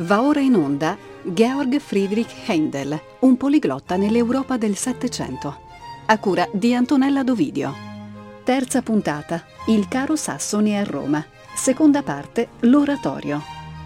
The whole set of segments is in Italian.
Va ora in onda Georg Friedrich Händel, un poliglotta nell'Europa del Settecento, a cura di Antonella Dovidio. Terza puntata, Il caro Sassoni a Roma. Seconda parte, l'oratorio.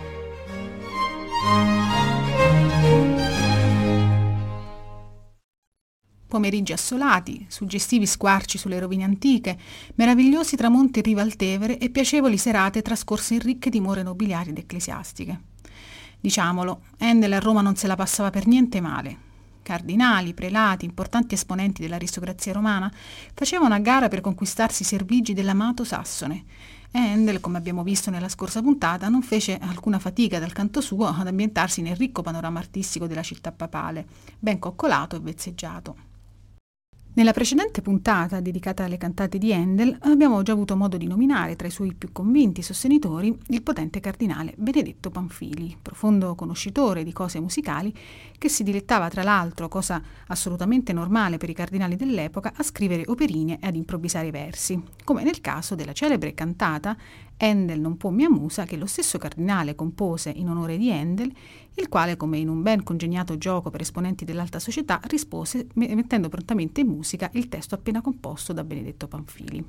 Pomeriggi assolati, suggestivi squarci sulle rovine antiche, meravigliosi tramonti in riva al Tevere e piacevoli serate trascorse in ricche dimore nobiliari ed ecclesiastiche. Diciamolo, Händel a Roma non se la passava per niente male. Cardinali, prelati, importanti esponenti dell'aristocrazia romana facevano a gara per conquistarsi i servigi dell'amato Sassone. E Händel, come abbiamo visto nella scorsa puntata, non fece alcuna fatica dal canto suo ad ambientarsi nel ricco panorama artistico della città papale, ben coccolato e vezzeggiato. Nella precedente puntata, dedicata alle cantate di Händel, abbiamo già avuto modo di nominare tra i suoi più convinti sostenitori il potente cardinale Benedetto Pamphili, profondo conoscitore di cose musicali, che si dilettava tra l'altro, cosa assolutamente normale per i cardinali dell'epoca, a scrivere operine e ad improvvisare versi, come nel caso della celebre cantata Händel non può mia musa, che lo stesso cardinale compose in onore di Händel, il quale, come in un ben congegnato gioco per esponenti dell'alta società, rispose mettendo prontamente in musica il testo appena composto da Benedetto Pamphili.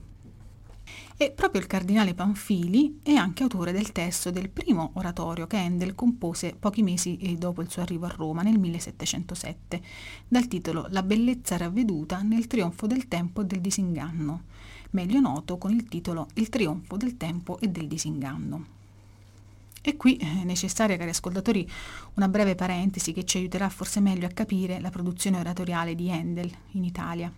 E proprio il cardinale Pamphili è anche autore del testo del primo oratorio che Händel compose pochi mesi dopo il suo arrivo a Roma nel 1707, dal titolo La bellezza ravveduta nel trionfo del tempo e del disinganno, meglio noto con il titolo Il trionfo del tempo e del disinganno. E qui è necessaria, cari ascoltatori, una breve parentesi che ci aiuterà forse meglio a capire la produzione oratoriale di Händel in Italia.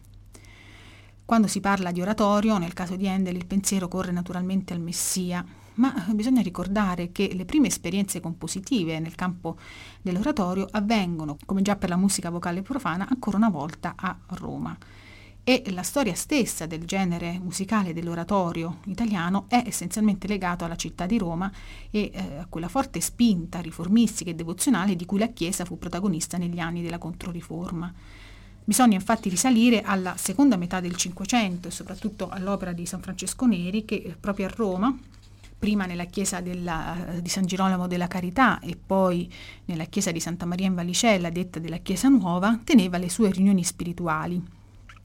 Quando si parla di oratorio, nel caso di Händel il pensiero corre naturalmente al Messia, ma bisogna ricordare che le prime esperienze compositive nel campo dell'oratorio avvengono, come già per la musica vocale profana, ancora una volta a Roma. E la storia stessa del genere musicale dell'oratorio italiano è essenzialmente legato alla città di Roma e a quella forte spinta riformistica e devozionale di cui la Chiesa fu protagonista negli anni della Controriforma. Bisogna infatti risalire alla seconda metà del Cinquecento e soprattutto all'opera di San Francesco Neri, che proprio a Roma, prima nella chiesa di San Girolamo della Carità e poi nella chiesa di Santa Maria in Valicella, detta della Chiesa Nuova, teneva le sue riunioni spirituali.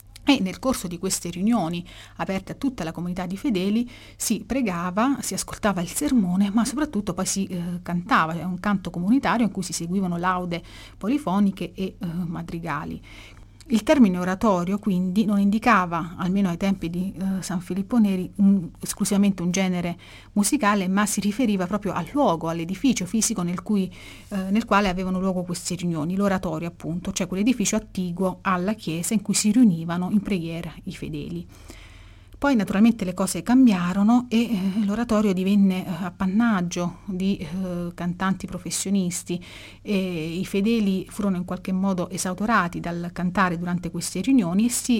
E nel corso di queste riunioni, aperte a tutta la comunità di fedeli, si pregava, si ascoltava il sermone, ma soprattutto poi si cantava, cioè un canto comunitario in cui si seguivano laude polifoniche e madrigali. Il termine oratorio quindi non indicava, almeno ai tempi di San Filippo Neri, esclusivamente un genere musicale, ma si riferiva proprio al luogo, all'edificio fisico nel quale avevano luogo queste riunioni, l'oratorio appunto, cioè quell'edificio attiguo alla chiesa in cui si riunivano in preghiera i fedeli. Poi naturalmente le cose cambiarono e l'oratorio divenne appannaggio di cantanti professionisti e i fedeli furono in qualche modo esautorati dal cantare durante queste riunioni e si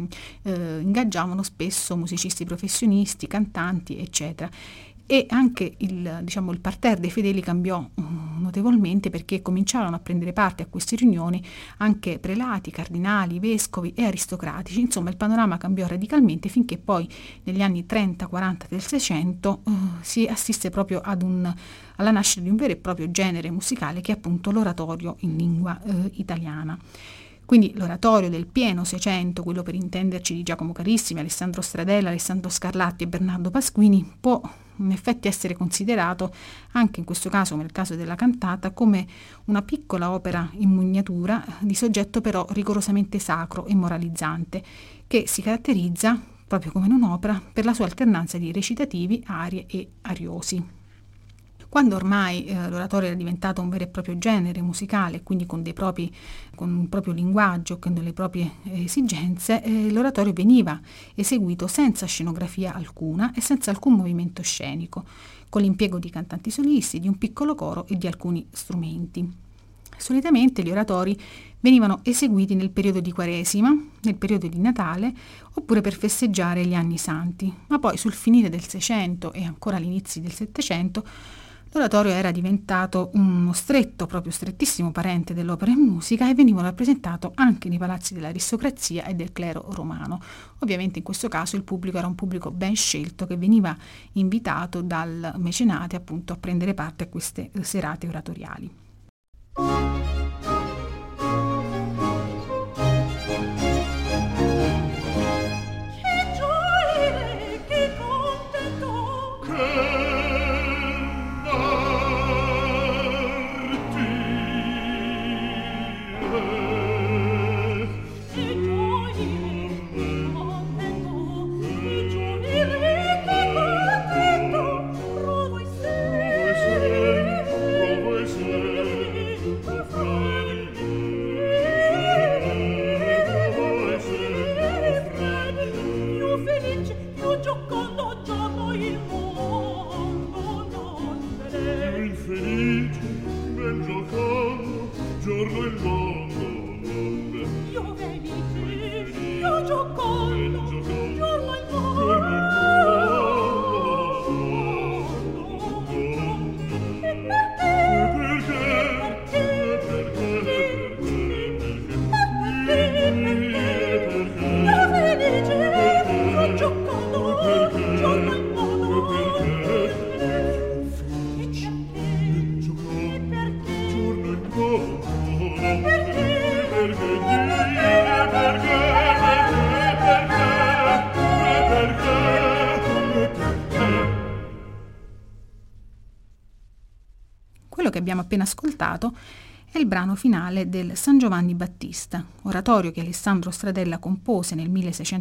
ingaggiavano spesso musicisti professionisti, cantanti, eccetera. E anche il parterre dei fedeli cambiò notevolmente perché cominciarono a prendere parte a queste riunioni anche prelati, cardinali, vescovi e aristocratici. Insomma, il panorama cambiò radicalmente finché poi negli anni 30-40 del Seicento si assiste proprio alla nascita di un vero e proprio genere musicale che è appunto l'oratorio in lingua italiana. Quindi l'oratorio del pieno Seicento, quello per intenderci di Giacomo Carissimi, Alessandro Stradella, Alessandro Scarlatti e Bernardo Pasquini, può in effetti essere considerato, anche in questo caso, come nel caso della cantata, come una piccola opera in miniatura di soggetto però rigorosamente sacro e moralizzante, che si caratterizza, proprio come in un'opera, per la sua alternanza di recitativi, arie e ariosi. Quando ormai l'oratorio era diventato un vero e proprio genere musicale, quindi con un proprio linguaggio, con delle proprie esigenze, l'oratorio veniva eseguito senza scenografia alcuna e senza alcun movimento scenico, con l'impiego di cantanti solisti, di un piccolo coro e di alcuni strumenti. Solitamente gli oratori venivano eseguiti nel periodo di Quaresima, nel periodo di Natale, oppure per festeggiare gli anni santi, ma poi sul finire del Seicento e ancora all'inizio del Settecento L'oratorio era diventato uno stretto, proprio strettissimo parente dell'opera in musica e veniva rappresentato anche nei palazzi dell'aristocrazia e del clero romano. Ovviamente in questo caso il pubblico era un pubblico ben scelto che veniva invitato dal mecenate appunto a prendere parte a queste serate oratoriali. Quello che abbiamo appena ascoltato è il brano finale del San Giovanni Battista, oratorio che Alessandro Stradella compose nel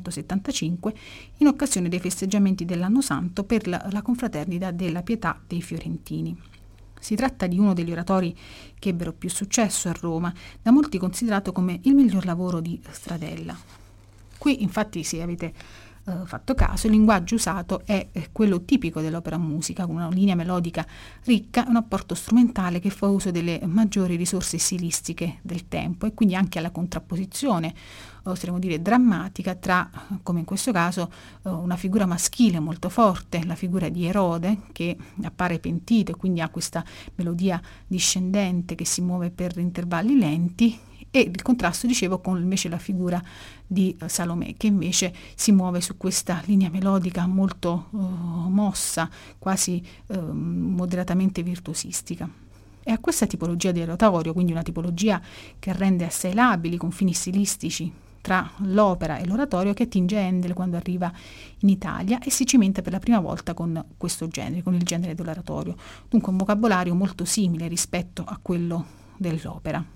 1675 in occasione dei festeggiamenti dell'Anno Santo per la confraternita della Pietà dei Fiorentini. Si tratta di uno degli oratori che ebbero più successo a Roma, da molti considerato come il miglior lavoro di Stradella. Qui, infatti, se avete fatto caso, il linguaggio usato è quello tipico dell'opera musica, con una linea melodica ricca e un apporto strumentale che fa uso delle maggiori risorse stilistiche del tempo e quindi anche alla contrapposizione, potremmo dire drammatica, tra, come in questo caso, una figura maschile molto forte, la figura di Erode, che appare pentito e quindi ha questa melodia discendente che si muove per intervalli lenti, e il contrasto, dicevo, con invece la figura di Salomè, che invece si muove su questa linea melodica molto mossa, quasi moderatamente virtuosistica. È a questa tipologia di oratorio, quindi una tipologia che rende assai labili i confini stilistici tra l'opera e l'oratorio, che attinge Handel quando arriva in Italia e si cimenta per la prima volta con questo genere, con il genere dell'oratorio. Dunque un vocabolario molto simile rispetto a quello dell'opera.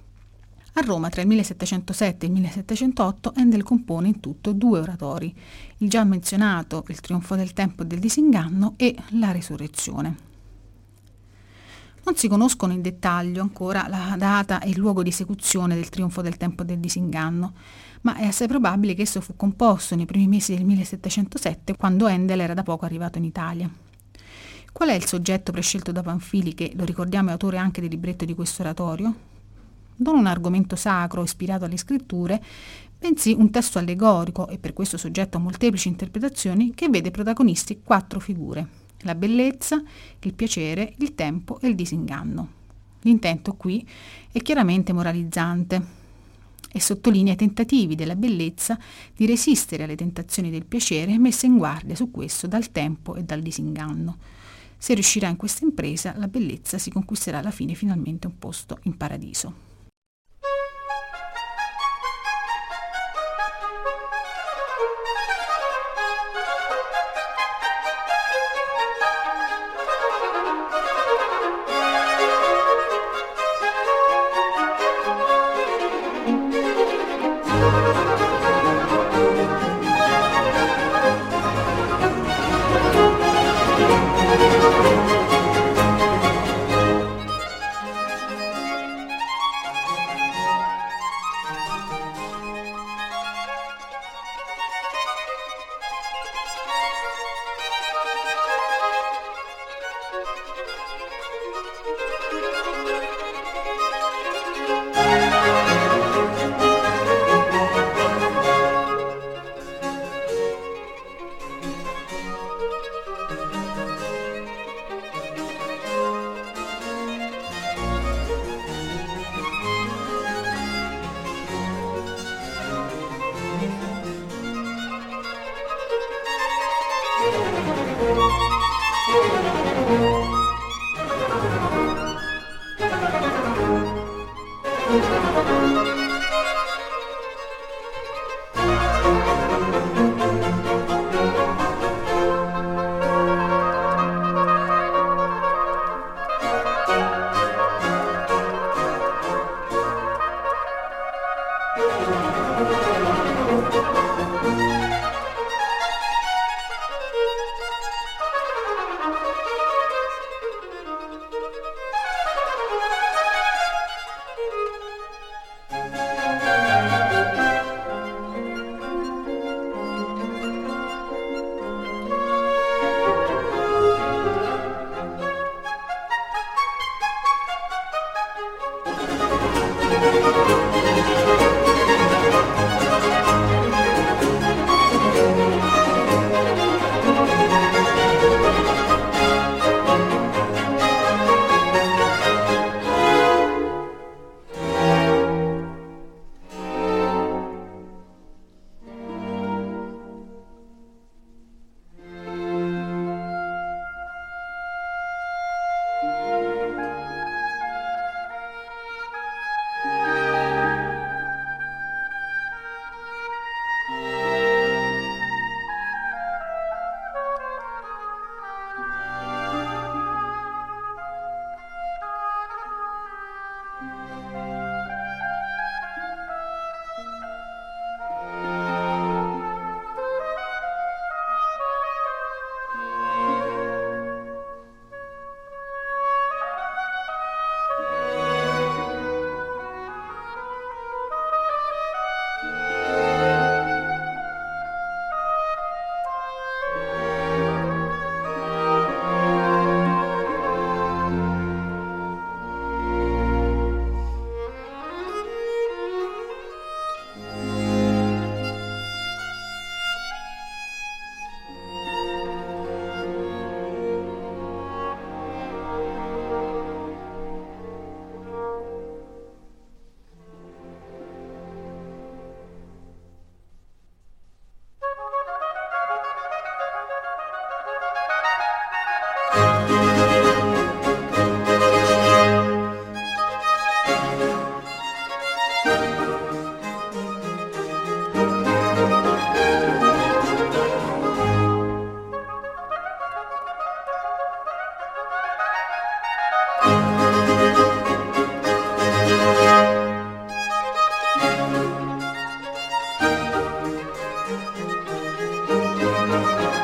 A Roma tra il 1707 e il 1708 Handel compone in tutto 2 oratori, il già menzionato Il trionfo del tempo e del disinganno e La Resurrezione. Non si conoscono in dettaglio ancora la data e il luogo di esecuzione del trionfo del tempo e del disinganno, ma è assai probabile che esso fu composto nei primi mesi del 1707, quando Handel era da poco arrivato in Italia. Qual è il soggetto prescelto da Pamphili, che, lo ricordiamo, è autore anche del libretto di questo oratorio? Non un argomento sacro ispirato alle scritture, bensì un testo allegorico e per questo soggetto a molteplici interpretazioni, che vede protagonisti 4 figure: la bellezza, il piacere, il tempo e il disinganno. L'intento qui è chiaramente moralizzante e sottolinea i tentativi della bellezza di resistere alle tentazioni del piacere, messe in guardia su questo dal tempo e dal disinganno. Se riuscirà in questa impresa, la bellezza si conquisterà alla fine finalmente un posto in paradiso.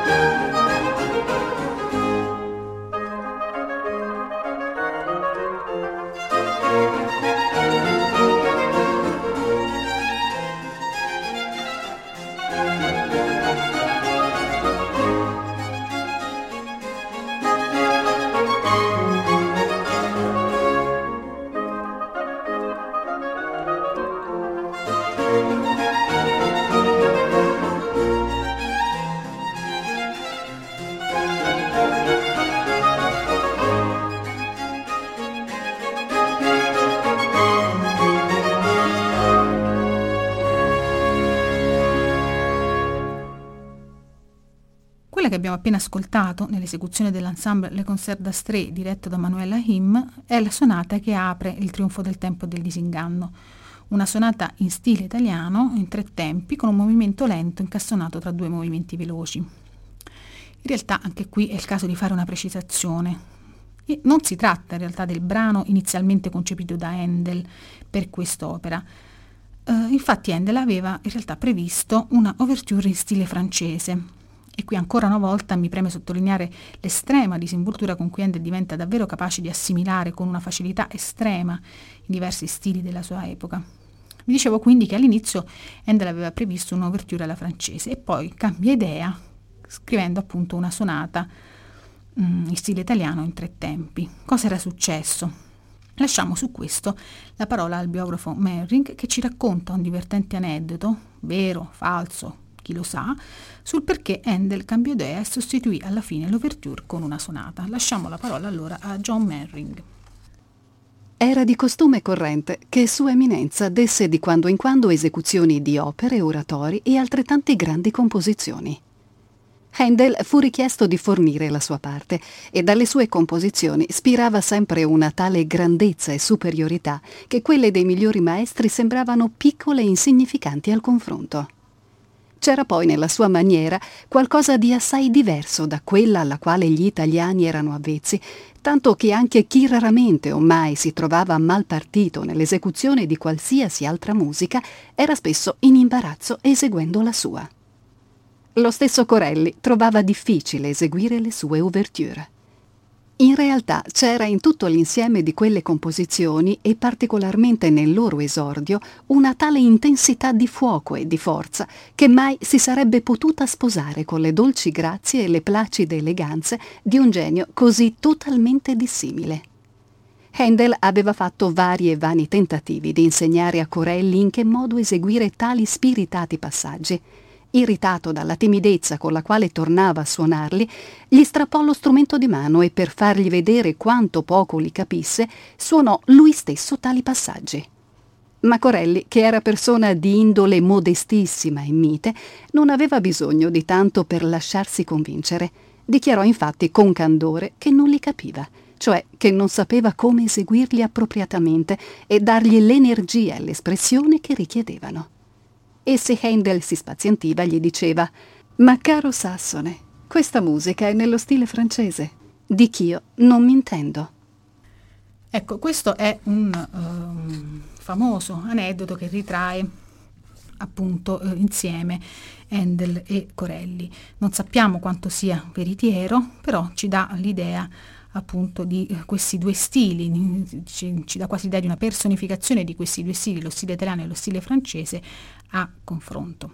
Che abbiamo appena ascoltato nell'esecuzione dell'ensemble Le Concert d'Astrée diretto da Manuela Him è la sonata che apre il trionfo del tempo del disinganno, una sonata in stile italiano in 3 tempi con un movimento lento incastonato tra 2 movimenti veloci. In realtà anche qui è il caso di fare una precisazione. E non si tratta in realtà del brano inizialmente concepito da Handel per quest'opera. Infatti Handel aveva in realtà previsto una ouverture in stile francese. E qui ancora una volta mi preme sottolineare l'estrema disinvoltura con cui Handel diventa davvero capace di assimilare con una facilità estrema i diversi stili della sua epoca. Vi dicevo quindi che all'inizio Handel aveva previsto un'ouverture alla francese e poi cambia idea scrivendo appunto una sonata in stile italiano in 3 tempi. Cosa era successo? Lasciamo su questo la parola al biografo Merring che ci racconta un divertente aneddoto, vero, falso, chi lo sa, sul perché Handel cambiò idea e sostituì alla fine l'ouverture con una sonata. Lasciamo la parola allora a John Merring. Era di costume corrente che Sua Eminenza desse di quando in quando esecuzioni di opere, oratori e altrettante grandi composizioni. Handel fu richiesto di fornire la sua parte e dalle sue composizioni spirava sempre una tale grandezza e superiorità che quelle dei migliori maestri sembravano piccole e insignificanti al confronto. C'era poi nella sua maniera qualcosa di assai diverso da quella alla quale gli italiani erano avvezzi, tanto che anche chi raramente o mai si trovava mal partito nell'esecuzione di qualsiasi altra musica era spesso in imbarazzo eseguendo la sua. Lo stesso Corelli trovava difficile eseguire le sue ouverture. In realtà c'era in tutto l'insieme di quelle composizioni, e particolarmente nel loro esordio, una tale intensità di fuoco e di forza che mai si sarebbe potuta sposare con le dolci grazie e le placide eleganze di un genio così totalmente dissimile. Handel aveva fatto vari e vani tentativi di insegnare a Corelli in che modo eseguire tali spiritati passaggi. Irritato dalla timidezza con la quale tornava a suonarli, gli strappò lo strumento di mano e per fargli vedere quanto poco li capisse, suonò lui stesso tali passaggi. Ma Corelli, che era persona di indole modestissima e mite, non aveva bisogno di tanto per lasciarsi convincere. Dichiarò infatti con candore che non li capiva, cioè che non sapeva come eseguirli appropriatamente e dargli l'energia e l'espressione che richiedevano. E se Handel si spazientiva, gli diceva: «Ma caro Sassone, questa musica è nello stile francese, di ch'io non mi intendo». Ecco, questo è un famoso aneddoto che ritrae appunto insieme Handel e Corelli. Non sappiamo quanto sia veritiero, però ci dà l'idea appunto di questi 2 stili, ci dà quasi l'idea di una personificazione di questi 2 stili, lo stile italiano e lo stile francese, a confronto.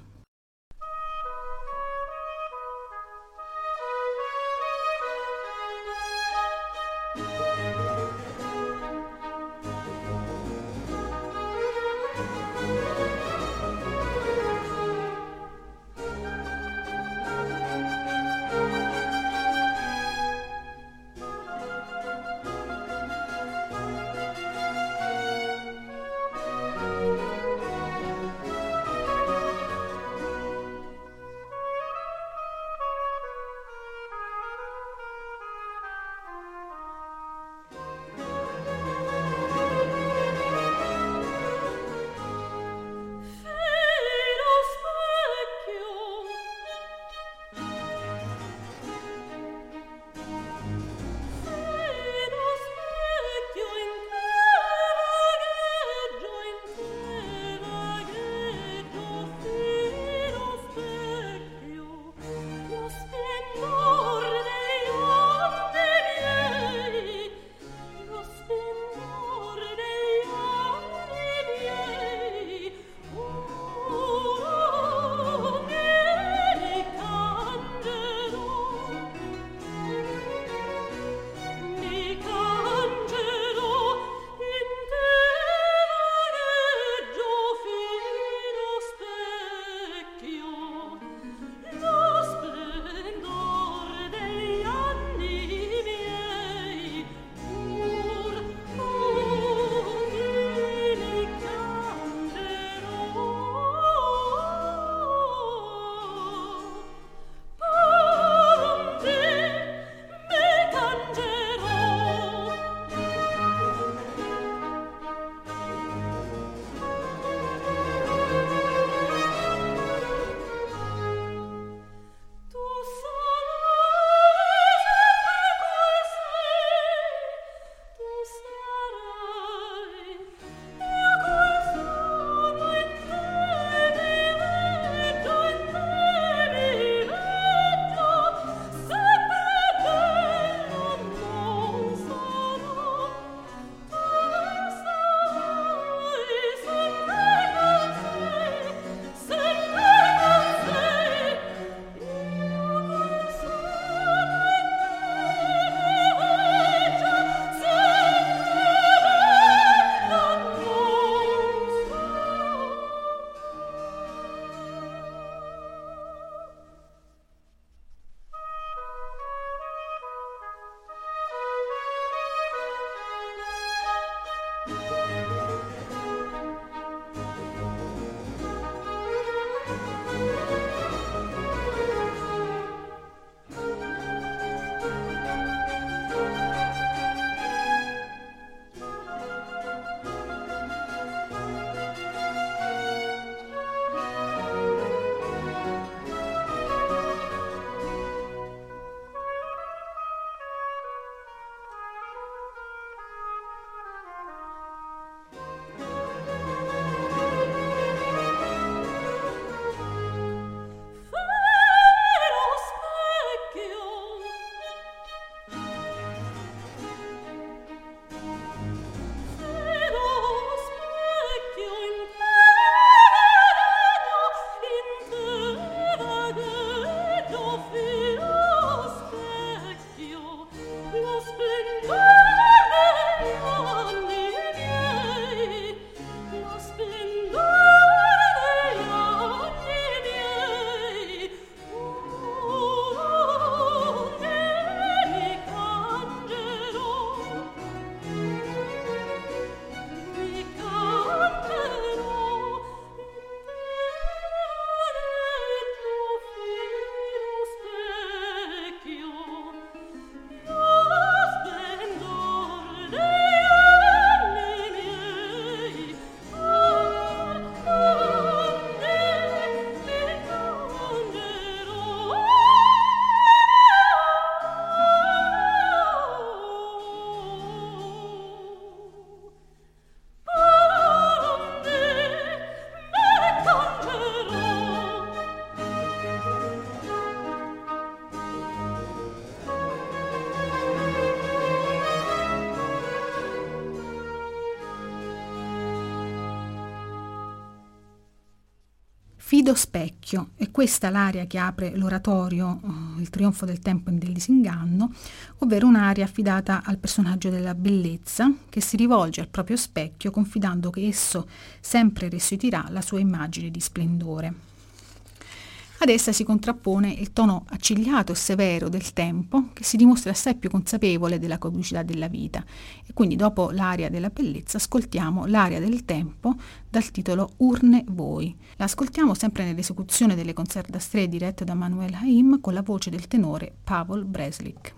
Fido specchio, è questa l'aria che apre l'oratorio Il trionfo del tempo e del disinganno, ovvero un'aria affidata al personaggio della bellezza che si rivolge al proprio specchio confidando che esso sempre restituirà la sua immagine di splendore. Ad essa si contrappone il tono accigliato e severo del tempo, che si dimostra assai più consapevole della caducità della vita. E quindi dopo l'aria della bellezza ascoltiamo l'aria del tempo dal titolo Urne voi. La ascoltiamo sempre nell'esecuzione delle Concertastre dirette da Manuel Haim con la voce del tenore Pavol Breslik.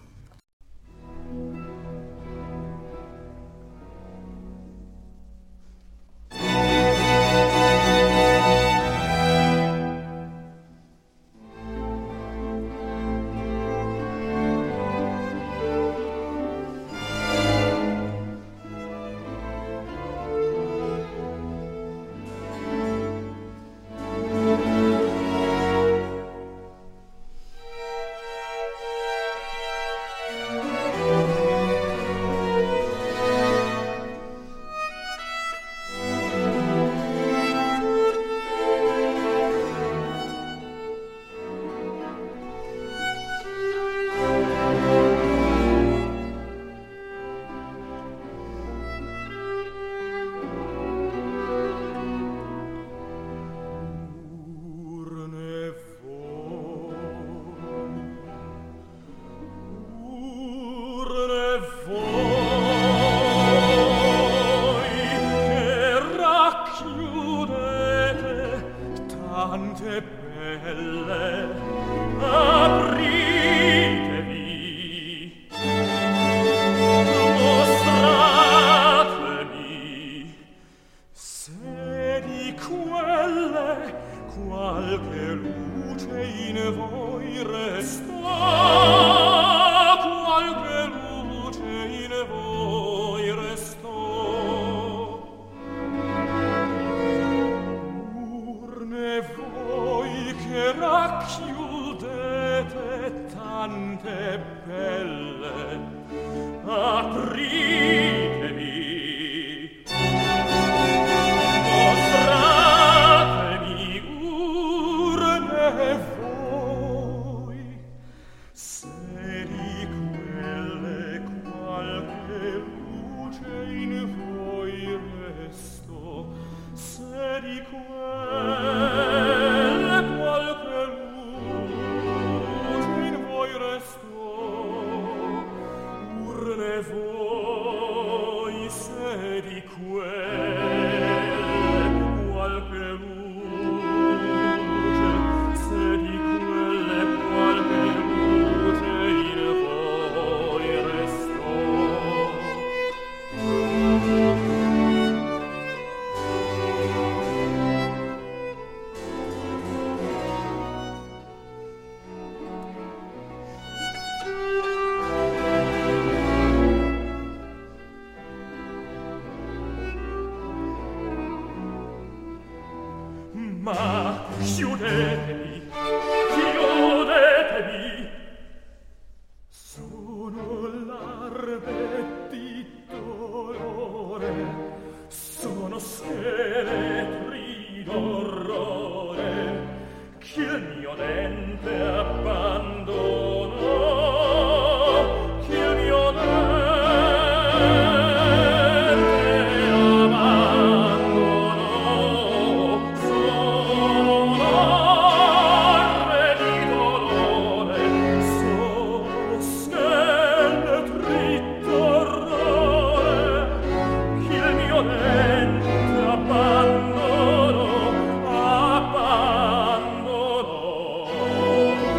Ma chiudetevi, chiudetevi. Sono larve di dolore, sono scheletri d'orrore, che il mio dente abbandonò, che il mio dente abbandono.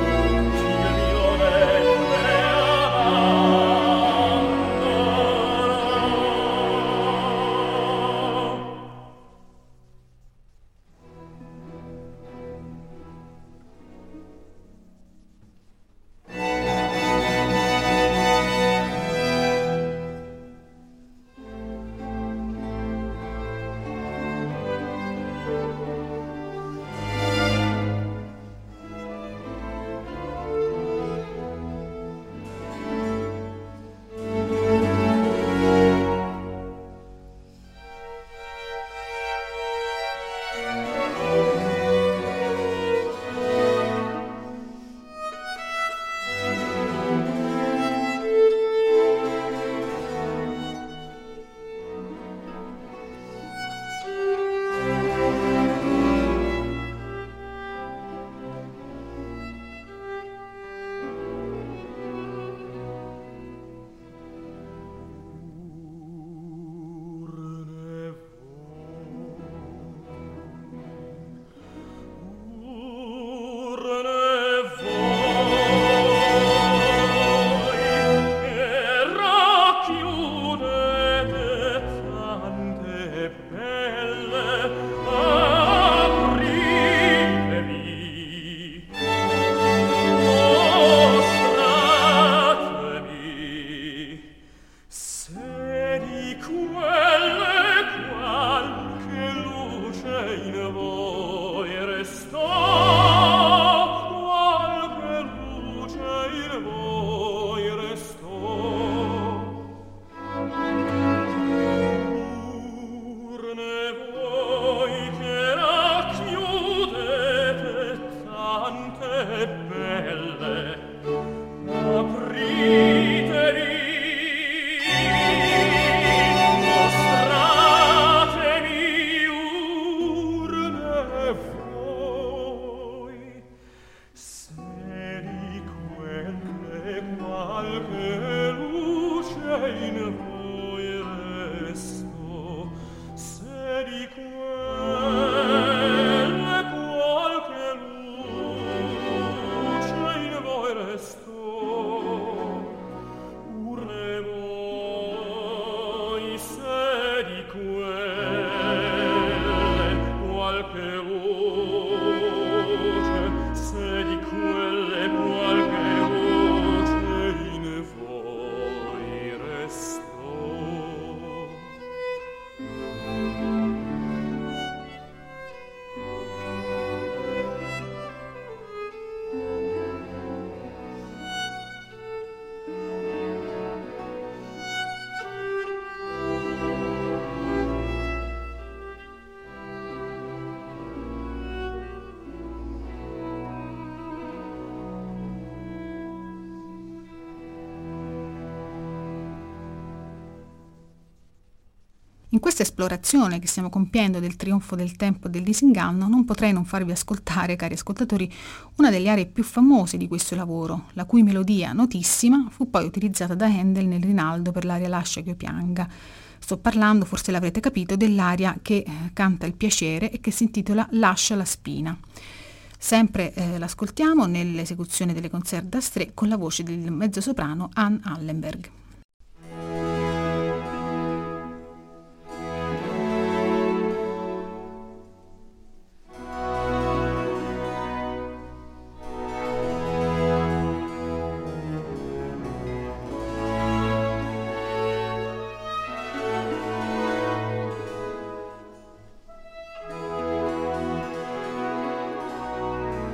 In questa esplorazione che stiamo compiendo del trionfo del tempo e del disinganno, non potrei non farvi ascoltare, cari ascoltatori, una delle aree più famose di questo lavoro, la cui melodia, notissima, fu poi utilizzata da Handel nel Rinaldo per l'aria Lascia che io pianga. Sto parlando, forse l'avrete capito, dell'aria che canta il piacere e che si intitola Lascia la spina. Sempre l'ascoltiamo nell'esecuzione delle Concert d'Astrée con la voce del mezzosoprano Anne Allenberg.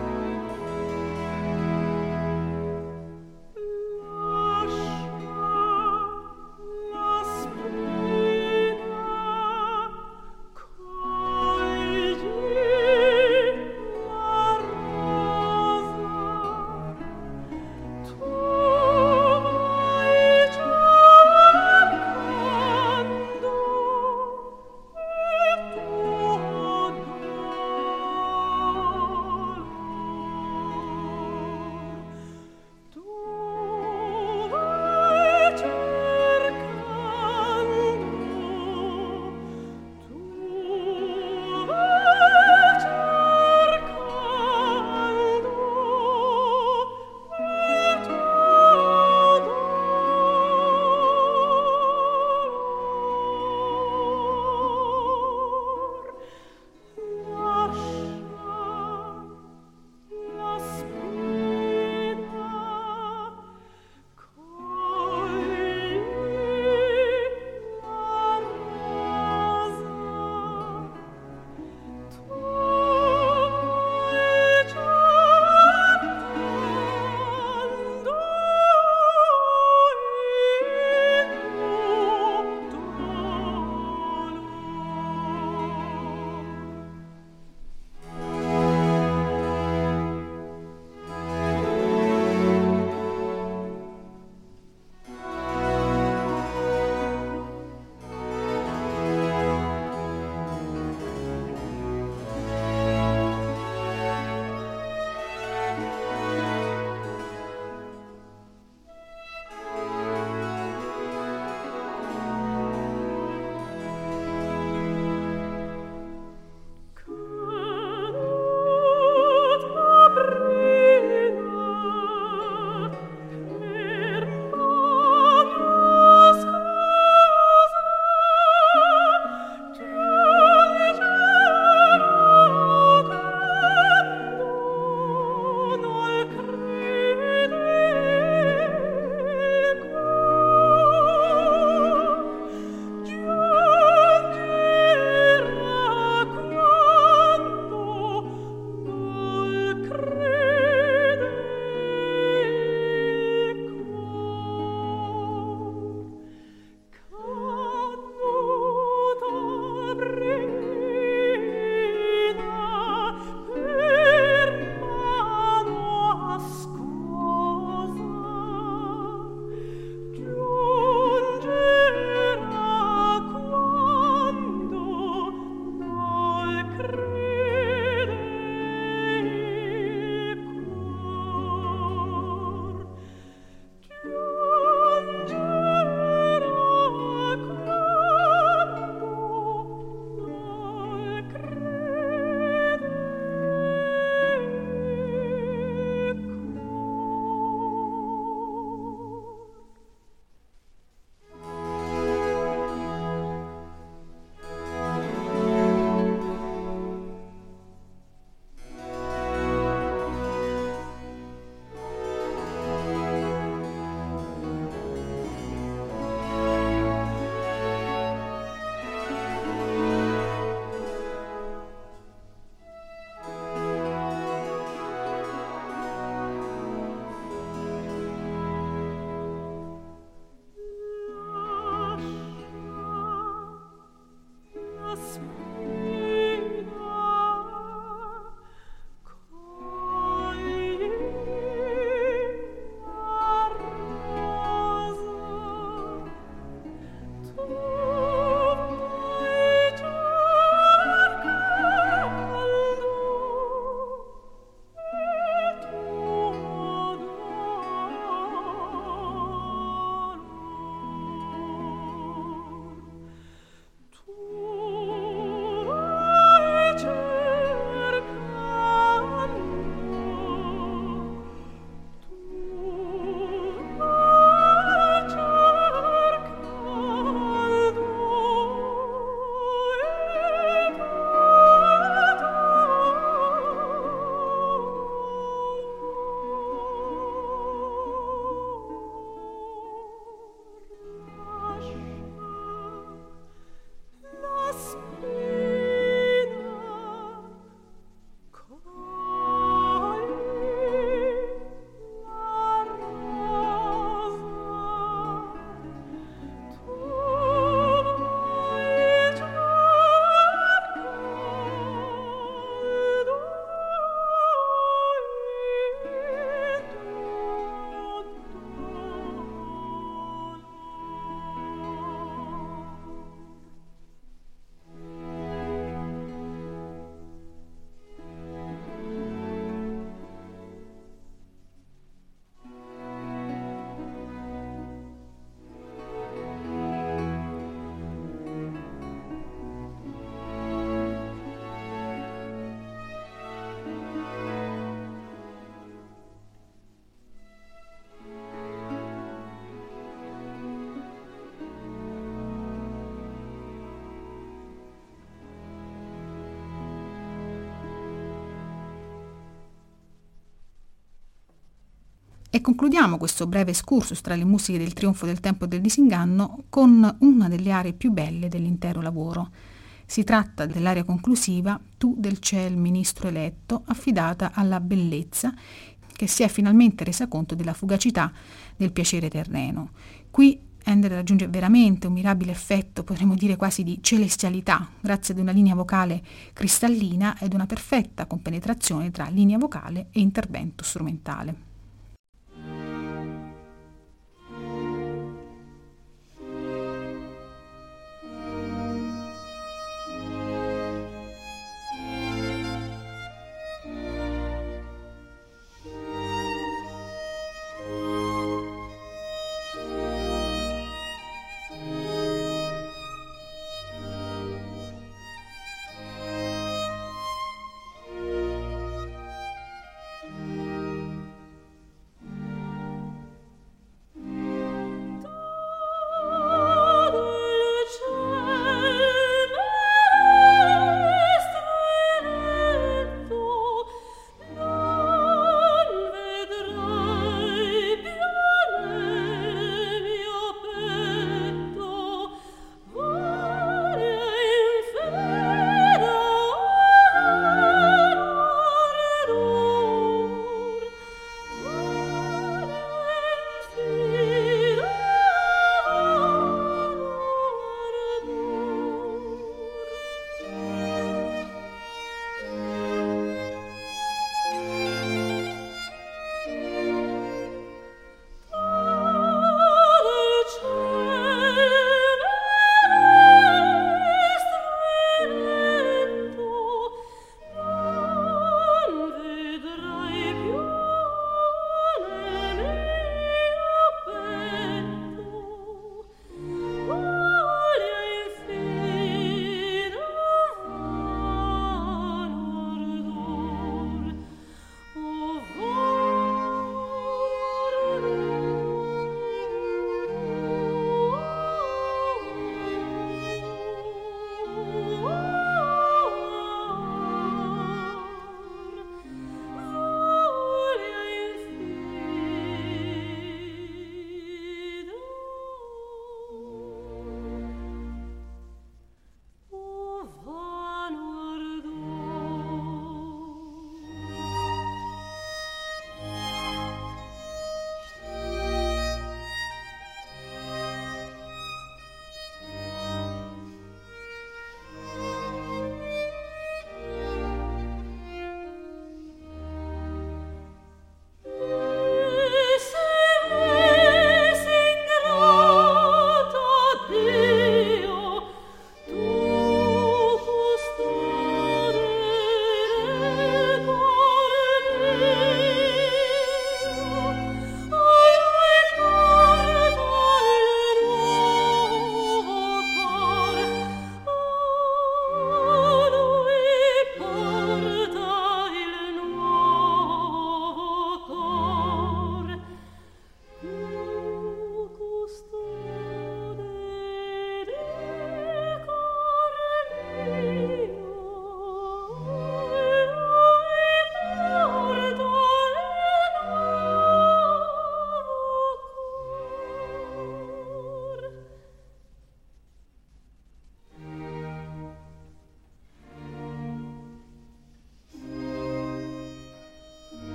Lascia E concludiamo questo breve excursus tra le musiche del Trionfo del Tempo e del Disinganno con una delle aree più belle dell'intero lavoro. Si tratta dell'area conclusiva Tu del ciel ministro eletto, affidata alla bellezza che si è finalmente resa conto della fugacità del piacere terreno. Qui Handel raggiunge veramente un mirabile effetto, potremmo dire quasi di celestialità, grazie ad una linea vocale cristallina ed una perfetta compenetrazione tra linea vocale e intervento strumentale.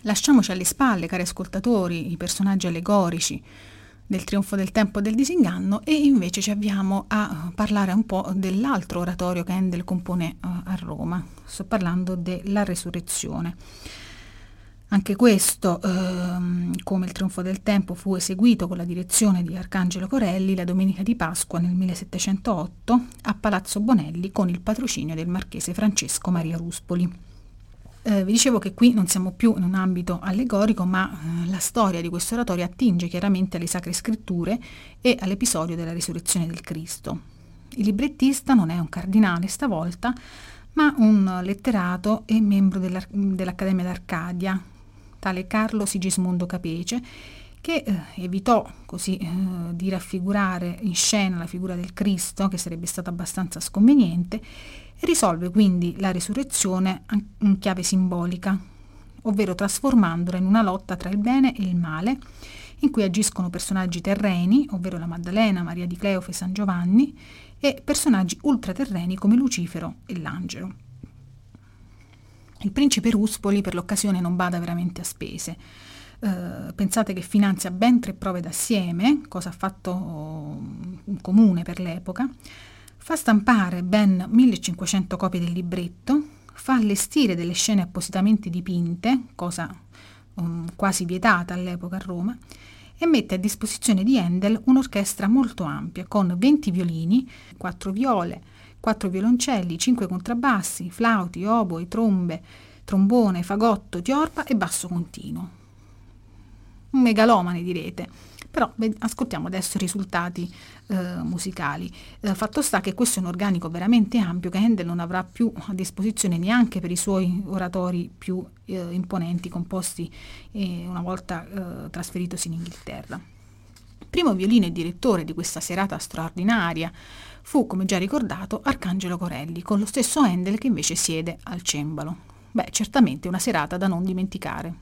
Lasciamoci alle spalle, cari ascoltatori, i personaggi allegorici del trionfo del tempo e del disinganno e invece ci avviamo a parlare un po' dell'altro oratorio che Handel compone a Roma. Sto parlando della Resurrezione. Anche questo, come il trionfo del tempo, fu eseguito con la direzione di Arcangelo Corelli la domenica di Pasqua nel 1708 a Palazzo Bonelli con il patrocinio del marchese Francesco Maria Ruspoli. Vi dicevo che qui non siamo più in un ambito allegorico, ma la storia di questo oratorio attinge chiaramente alle Sacre Scritture e all'episodio della risurrezione del Cristo. Il librettista non è un cardinale stavolta, ma un letterato e membro dell'Accademia d'Arcadia, tale Carlo Sigismondo Capece, che evitò così di raffigurare in scena la figura del Cristo, che sarebbe stata abbastanza sconveniente, e risolve quindi la risurrezione in chiave simbolica, ovvero trasformandola in una lotta tra il bene e il male, in cui agiscono personaggi terreni, ovvero la Maddalena, Maria di Cleofe e San Giovanni, e personaggi ultraterreni come Lucifero e l'Angelo. Il principe Ruspoli per l'occasione non bada veramente a spese. Pensate che finanzia ben 3 prove d'assieme, cosa ha fatto un comune per l'epoca, fa stampare ben 1500 copie del libretto, fa allestire delle scene appositamente dipinte, cosa quasi vietata all'epoca a Roma, e mette a disposizione di Handel un'orchestra molto ampia, con 20 violini, 4 viole, 4 violoncelli, 5 contrabbassi, flauti, oboi, trombe, trombone, fagotto, tiorba e basso continuo. Un megalomane, direte. Però ascoltiamo adesso i risultati musicali. Fatto sta che questo è un organico veramente ampio che Handel non avrà più a disposizione neanche per i suoi oratori più imponenti composti una volta trasferitosi in Inghilterra. Primo violino e direttore di questa serata straordinaria fu, come già ricordato, Arcangelo Corelli, con lo stesso Handel che invece siede al cembalo. Beh, certamente una serata da non dimenticare.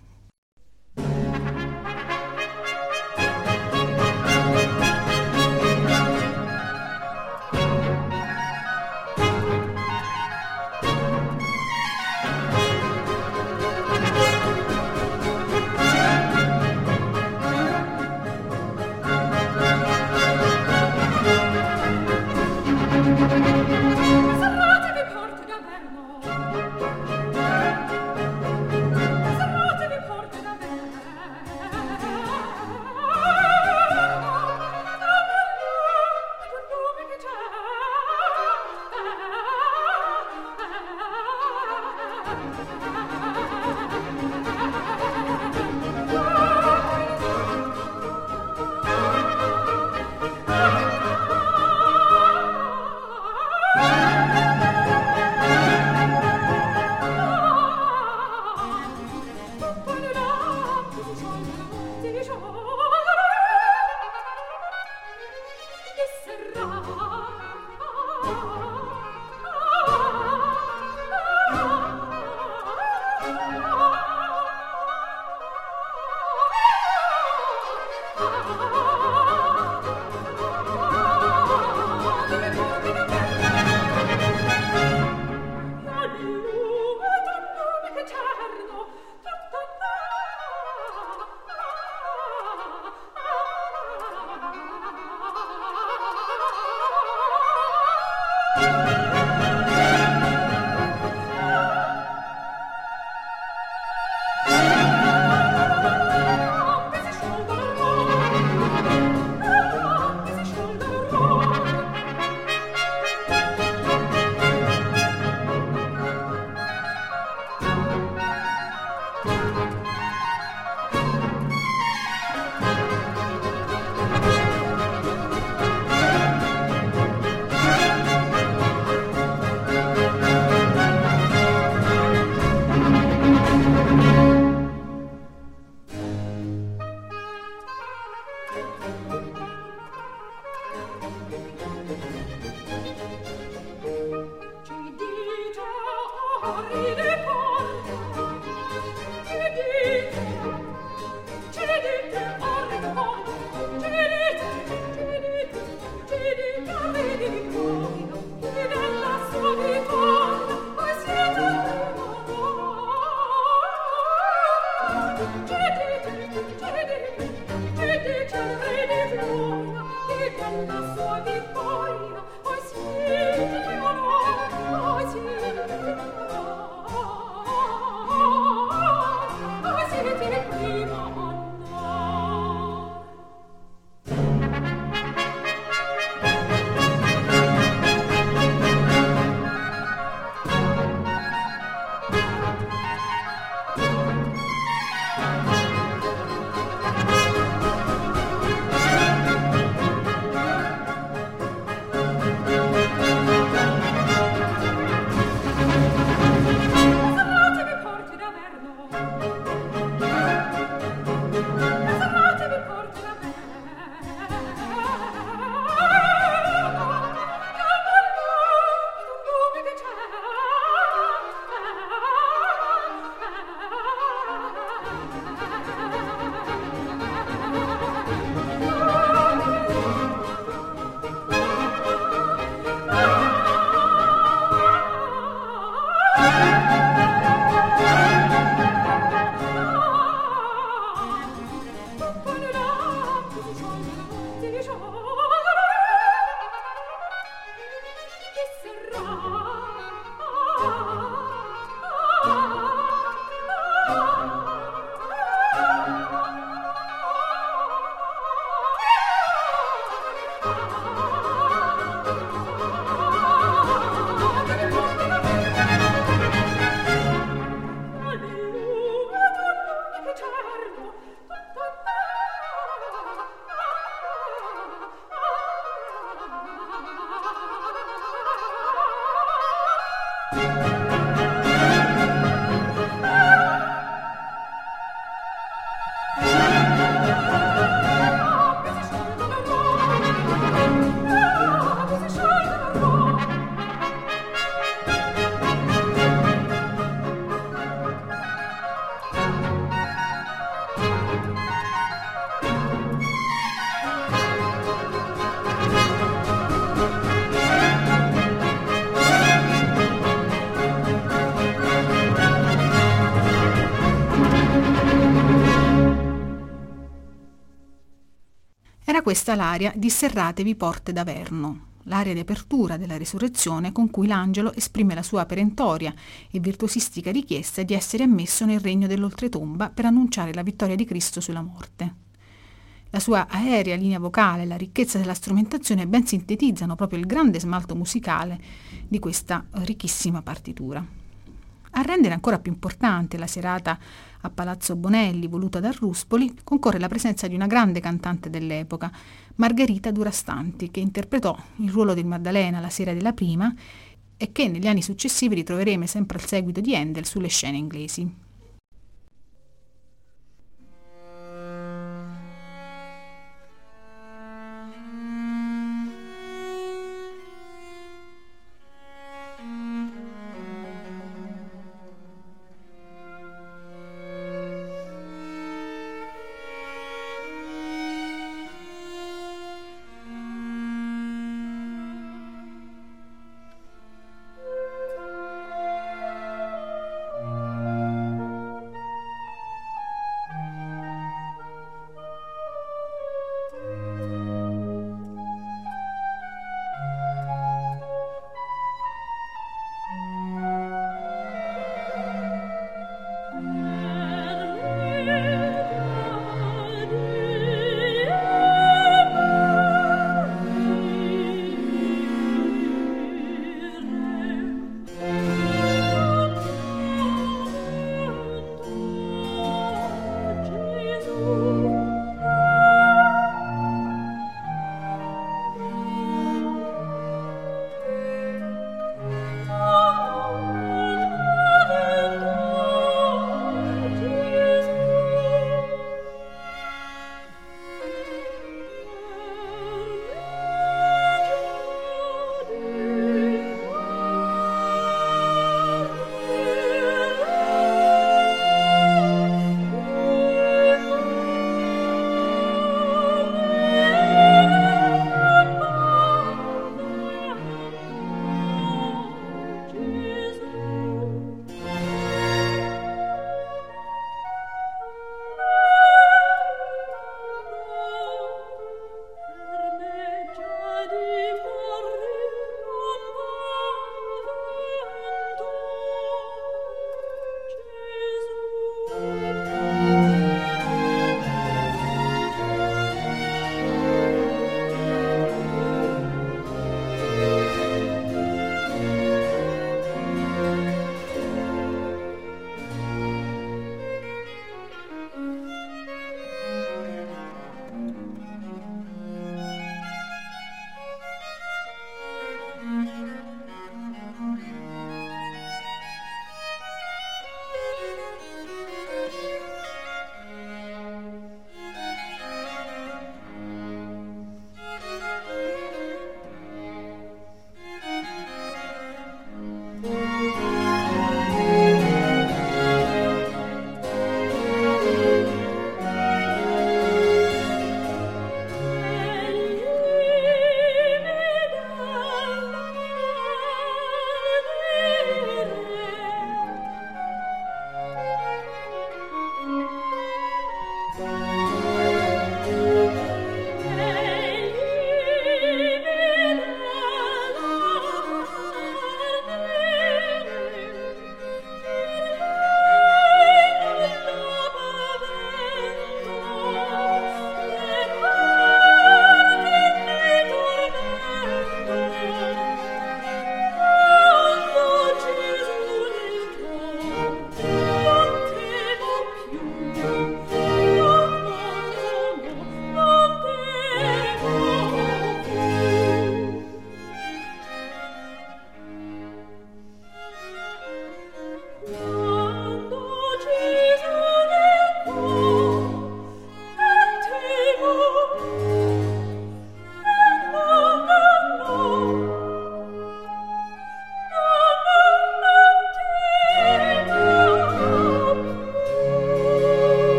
Era questa l'aria di Serratevi porte d'Averno, l'aria di apertura della risurrezione con cui l'angelo esprime la sua perentoria e virtuosistica richiesta di essere ammesso nel regno dell'oltretomba per annunciare la vittoria di Cristo sulla morte. La sua aerea linea vocale e la ricchezza della strumentazione ben sintetizzano proprio il grande smalto musicale di questa ricchissima partitura. A rendere ancora più importante la serata a Palazzo Bonelli, voluta da Ruspoli, concorre la presenza di una grande cantante dell'epoca, Margherita Durastanti, che interpretò il ruolo di Maddalena la sera della prima e che negli anni successivi ritroveremo sempre al seguito di Handel sulle scene inglesi.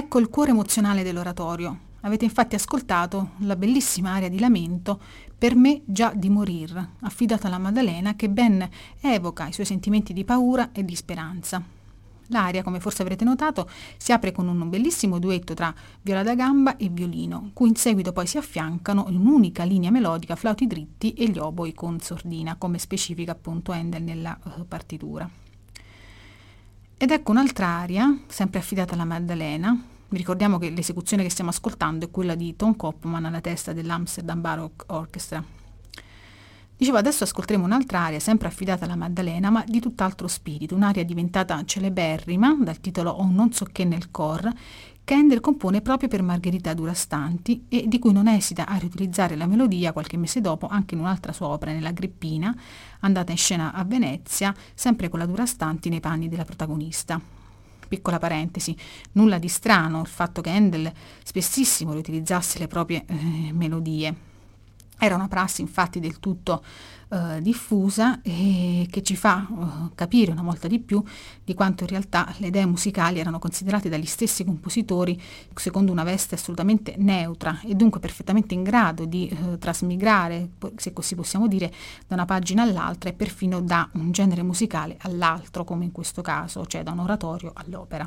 Ecco il cuore emozionale dell'oratorio. Avete infatti ascoltato la bellissima aria di lamento "Per me già di morir", affidata alla Maddalena, che ben evoca i suoi sentimenti di paura e di speranza. L'aria, come forse avrete notato, si apre con un bellissimo duetto tra viola da gamba e violino, cui in seguito poi si affiancano in un'unica linea melodica flauti dritti e gli oboi con sordina, come specifica appunto Handel nella partitura. Ed ecco un'altra aria, sempre affidata alla Maddalena. Vi ricordiamo che l'esecuzione che stiamo ascoltando è quella di Ton Koopman alla testa dell'Amsterdam Baroque Orchestra. Dicevo, adesso ascolteremo un'altra aria sempre affidata alla Maddalena, ma di tutt'altro spirito, un'aria diventata celeberrima dal titolo "O non so che nel cor", che Handel compone proprio per Margherita Durastanti e di cui non esita a riutilizzare la melodia qualche mese dopo anche in un'altra sua opera, nell'Agrippina, andata in scena a Venezia, sempre con la Durastanti nei panni della protagonista. Piccola parentesi, nulla di strano il fatto che Handel spessissimo riutilizzasse le proprie melodie. Era una prassi infatti del tutto diffusa e che ci fa capire una volta di più di quanto in realtà le idee musicali erano considerate dagli stessi compositori secondo una veste assolutamente neutra e dunque perfettamente in grado di trasmigrare, se così possiamo dire, da una pagina all'altra e perfino da un genere musicale all'altro, come in questo caso, cioè da un oratorio all'opera.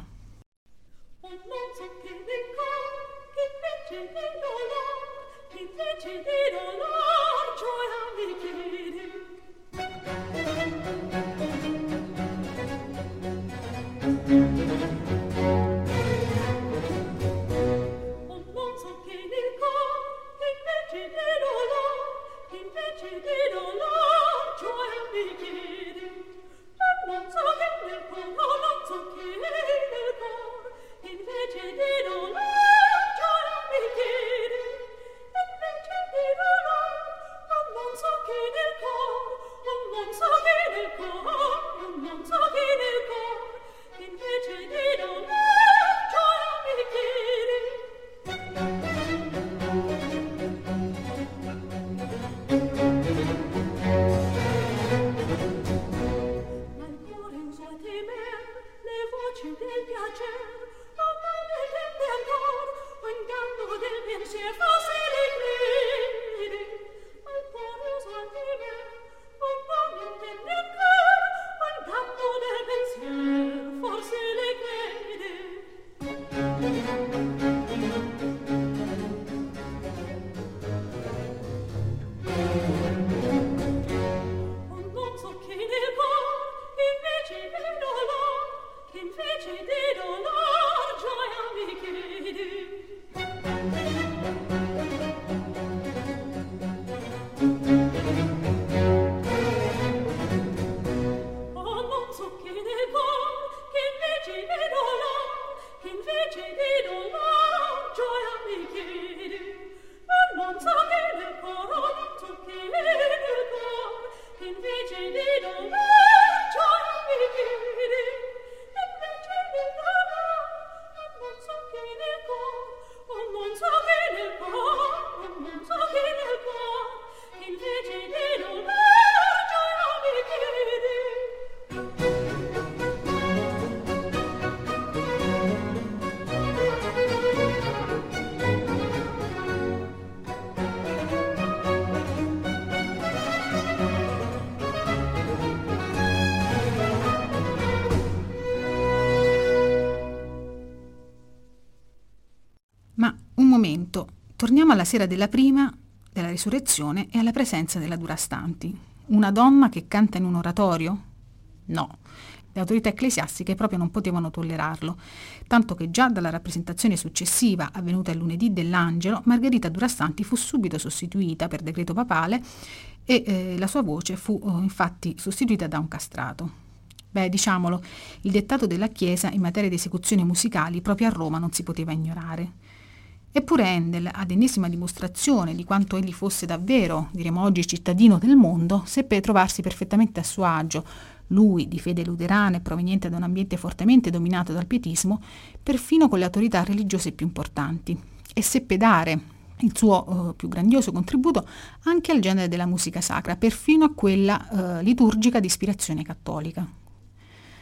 Torniamo alla sera della prima della risurrezione e alla presenza della Durastanti. Una donna che canta in un oratorio? No. Le autorità ecclesiastiche proprio non potevano tollerarlo, tanto che già dalla rappresentazione successiva, avvenuta il lunedì dell'Angelo, Margherita Durastanti fu subito sostituita per decreto papale e la sua voce fu infatti sostituita da un castrato. Beh, diciamolo, il dettato della Chiesa in materia di esecuzioni musicali proprio a Roma non si poteva ignorare. Eppure Handel, ad ennesima dimostrazione di quanto egli fosse davvero, diremo oggi, cittadino del mondo, seppe trovarsi perfettamente a suo agio, lui di fede luterana e proveniente da un ambiente fortemente dominato dal pietismo, perfino con le autorità religiose più importanti, e seppe dare il suo più grandioso contributo anche al genere della musica sacra, perfino a quella liturgica di ispirazione cattolica.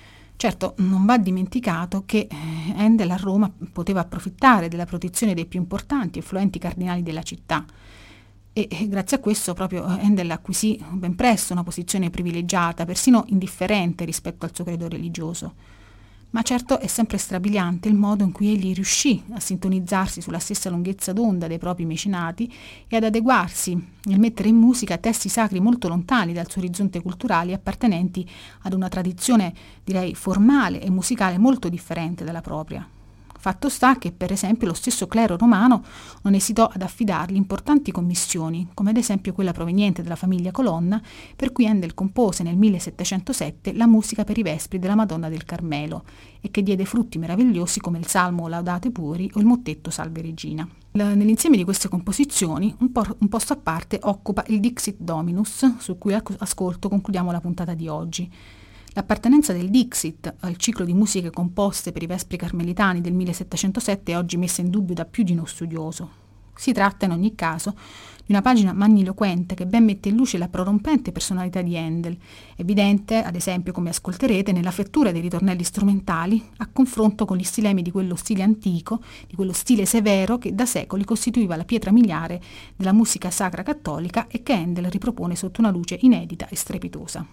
Certo, non va dimenticato che Handel a Roma poteva approfittare della protezione dei più importanti e influenti cardinali della città e grazie a questo proprio Handel acquisì ben presto una posizione privilegiata, persino indifferente rispetto al suo credo religioso. Ma certo è sempre strabiliante il modo in cui egli riuscì a sintonizzarsi sulla stessa lunghezza d'onda dei propri mecenati e ad adeguarsi nel mettere in musica testi sacri molto lontani dal suo orizzonte culturale e appartenenti ad una tradizione, direi, formale e musicale molto differente dalla propria. Fatto sta che, per esempio, lo stesso clero romano non esitò ad affidargli importanti commissioni, come ad esempio quella proveniente dalla famiglia Colonna, per cui Handel compose nel 1707 la musica per i Vespri della Madonna del Carmelo e che diede frutti meravigliosi come il Salmo Laudate Pueri o il mottetto Salve Regina. Nell'insieme di queste composizioni, un posto a parte occupa il Dixit Dominus, su cui ascolto concludiamo la puntata di oggi. L'appartenenza del Dixit al ciclo di musiche composte per i Vespri carmelitani del 1707 è oggi messa in dubbio da più di uno studioso. Si tratta in ogni caso di una pagina magniloquente che ben mette in luce la prorompente personalità di Handel, evidente, ad esempio, come ascolterete, nella fettura dei ritornelli strumentali a confronto con gli stilemi di quello stile antico, di quello stile severo che da secoli costituiva la pietra miliare della musica sacra cattolica e che Handel ripropone sotto una luce inedita e strepitosa.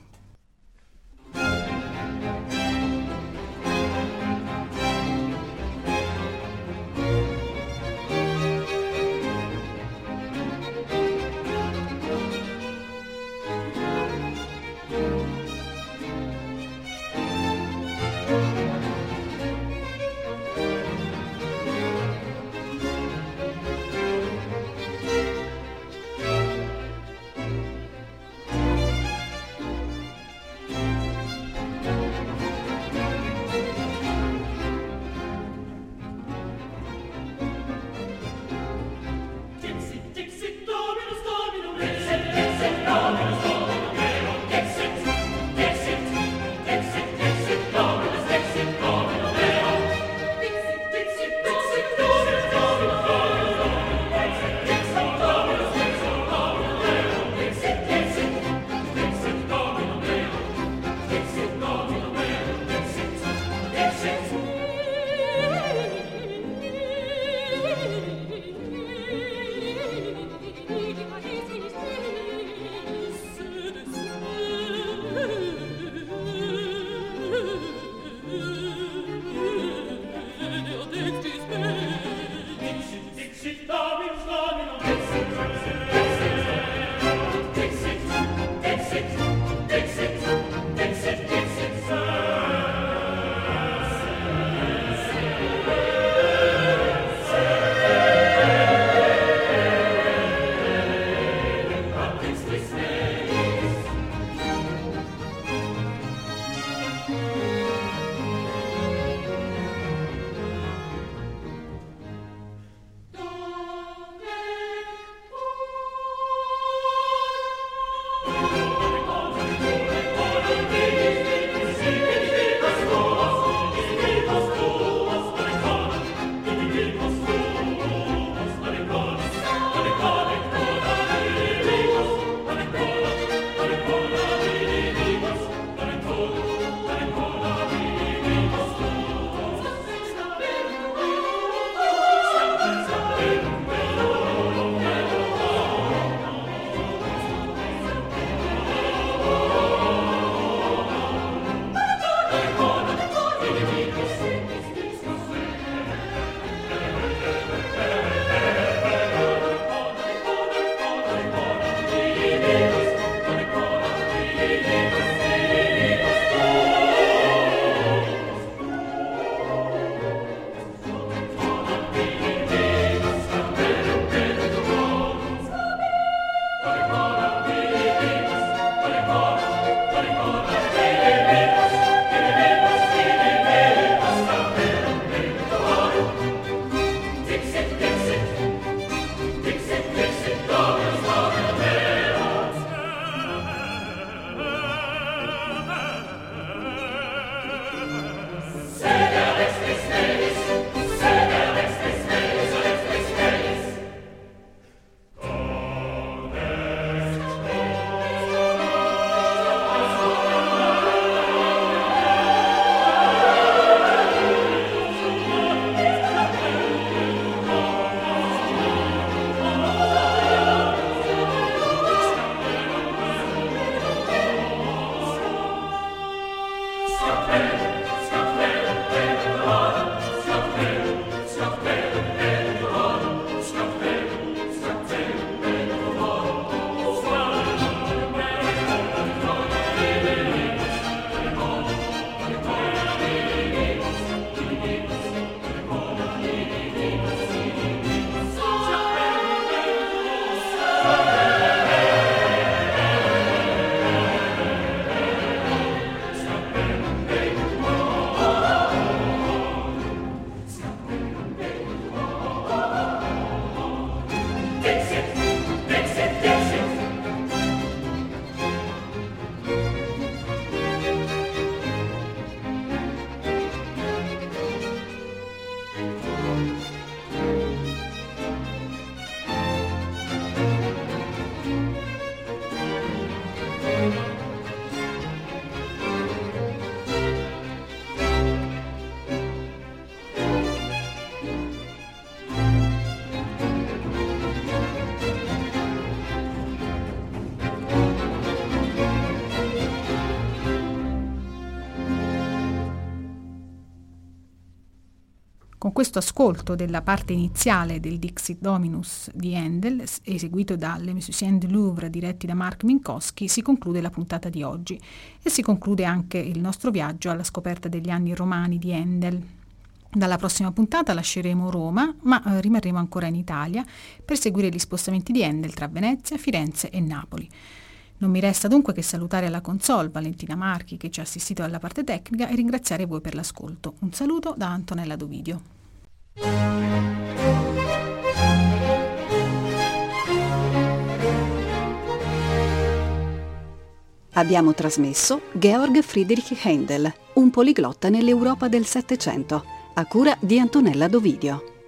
questo ascolto della parte iniziale del Dixit Dominus di Handel, eseguito dalle Musiciens du Louvre diretti da Marc Minkowski, si conclude la puntata di oggi e si conclude anche il nostro viaggio alla scoperta degli anni romani di Handel. Dalla prossima puntata lasceremo Roma, ma rimarremo ancora in Italia per seguire gli spostamenti di Handel tra Venezia, Firenze e Napoli. Non mi resta dunque che salutare alla console Valentina Marchi, che ci ha assistito alla parte tecnica, e ringraziare voi per l'ascolto. Un saluto da Antonella Dovidio. Abbiamo trasmesso Georg Friedrich Händel, un poliglotta nell'Europa del Settecento, a cura di Antonella Dovidio.